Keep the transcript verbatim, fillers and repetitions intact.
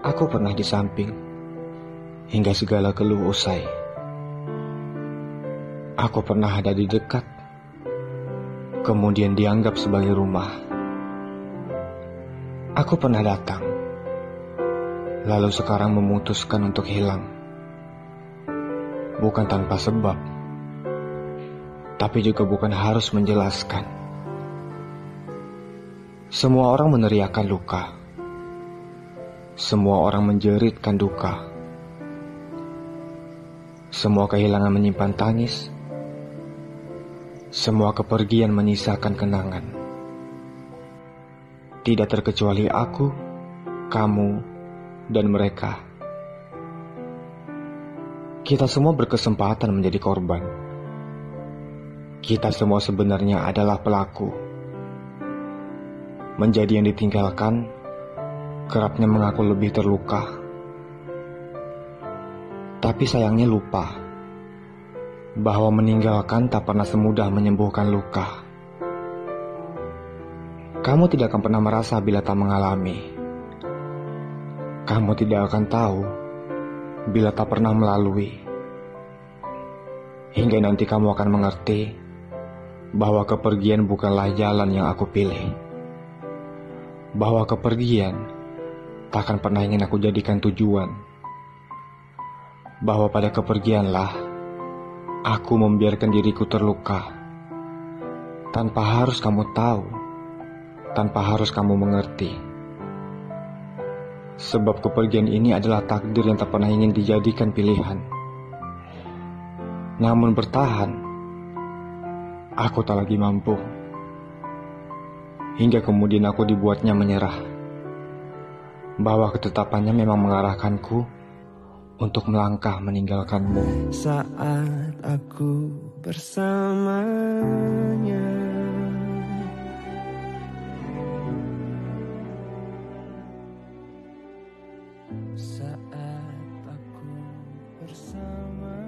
Aku pernah di samping hingga segala keluh usai. Aku pernah ada di dekat, kemudian dianggap sebagai rumah. Aku pernah datang, lalu sekarang memutuskan untuk hilang. Bukan tanpa sebab, tapi juga bukan harus menjelaskan. Semua orang meneriakkan luka. Semua orang menjeritkan duka. Semua kehilangan menyimpan tangis. Semua kepergian menyisakan kenangan. Tidak terkecuali aku, kamu, dan mereka. Kita semua berkesempatan menjadi korban. Kita semua sebenarnya adalah pelaku. Menjadi yang ditinggalkan, kerapnya mengaku lebih terluka. Tapi sayangnya lupa bahwa meninggalkan tak pernah semudah menyembuhkan luka. Kamu tidak akan pernah merasa bila tak mengalami. Kamu tidak akan tahu bila tak pernah melalui. Hingga nanti kamu akan mengerti bahwa kepergian bukanlah jalan yang aku pilih. Bahwa kepergian tak akan pernah ingin aku jadikan tujuan. Bahwa pada kepergianlah aku membiarkan diriku terluka. Tanpa harus kamu tahu, tanpa harus kamu mengerti. Sebab kepergian ini adalah takdir yang tak pernah ingin dijadikan pilihan. Namun bertahan, aku tak lagi mampu. Hingga kemudian aku dibuatnya menyerah. Bahwa ketetapannya memang mengarahkanku untuk melangkah meninggalkanmu. Saat aku bersamanya, saat aku bersama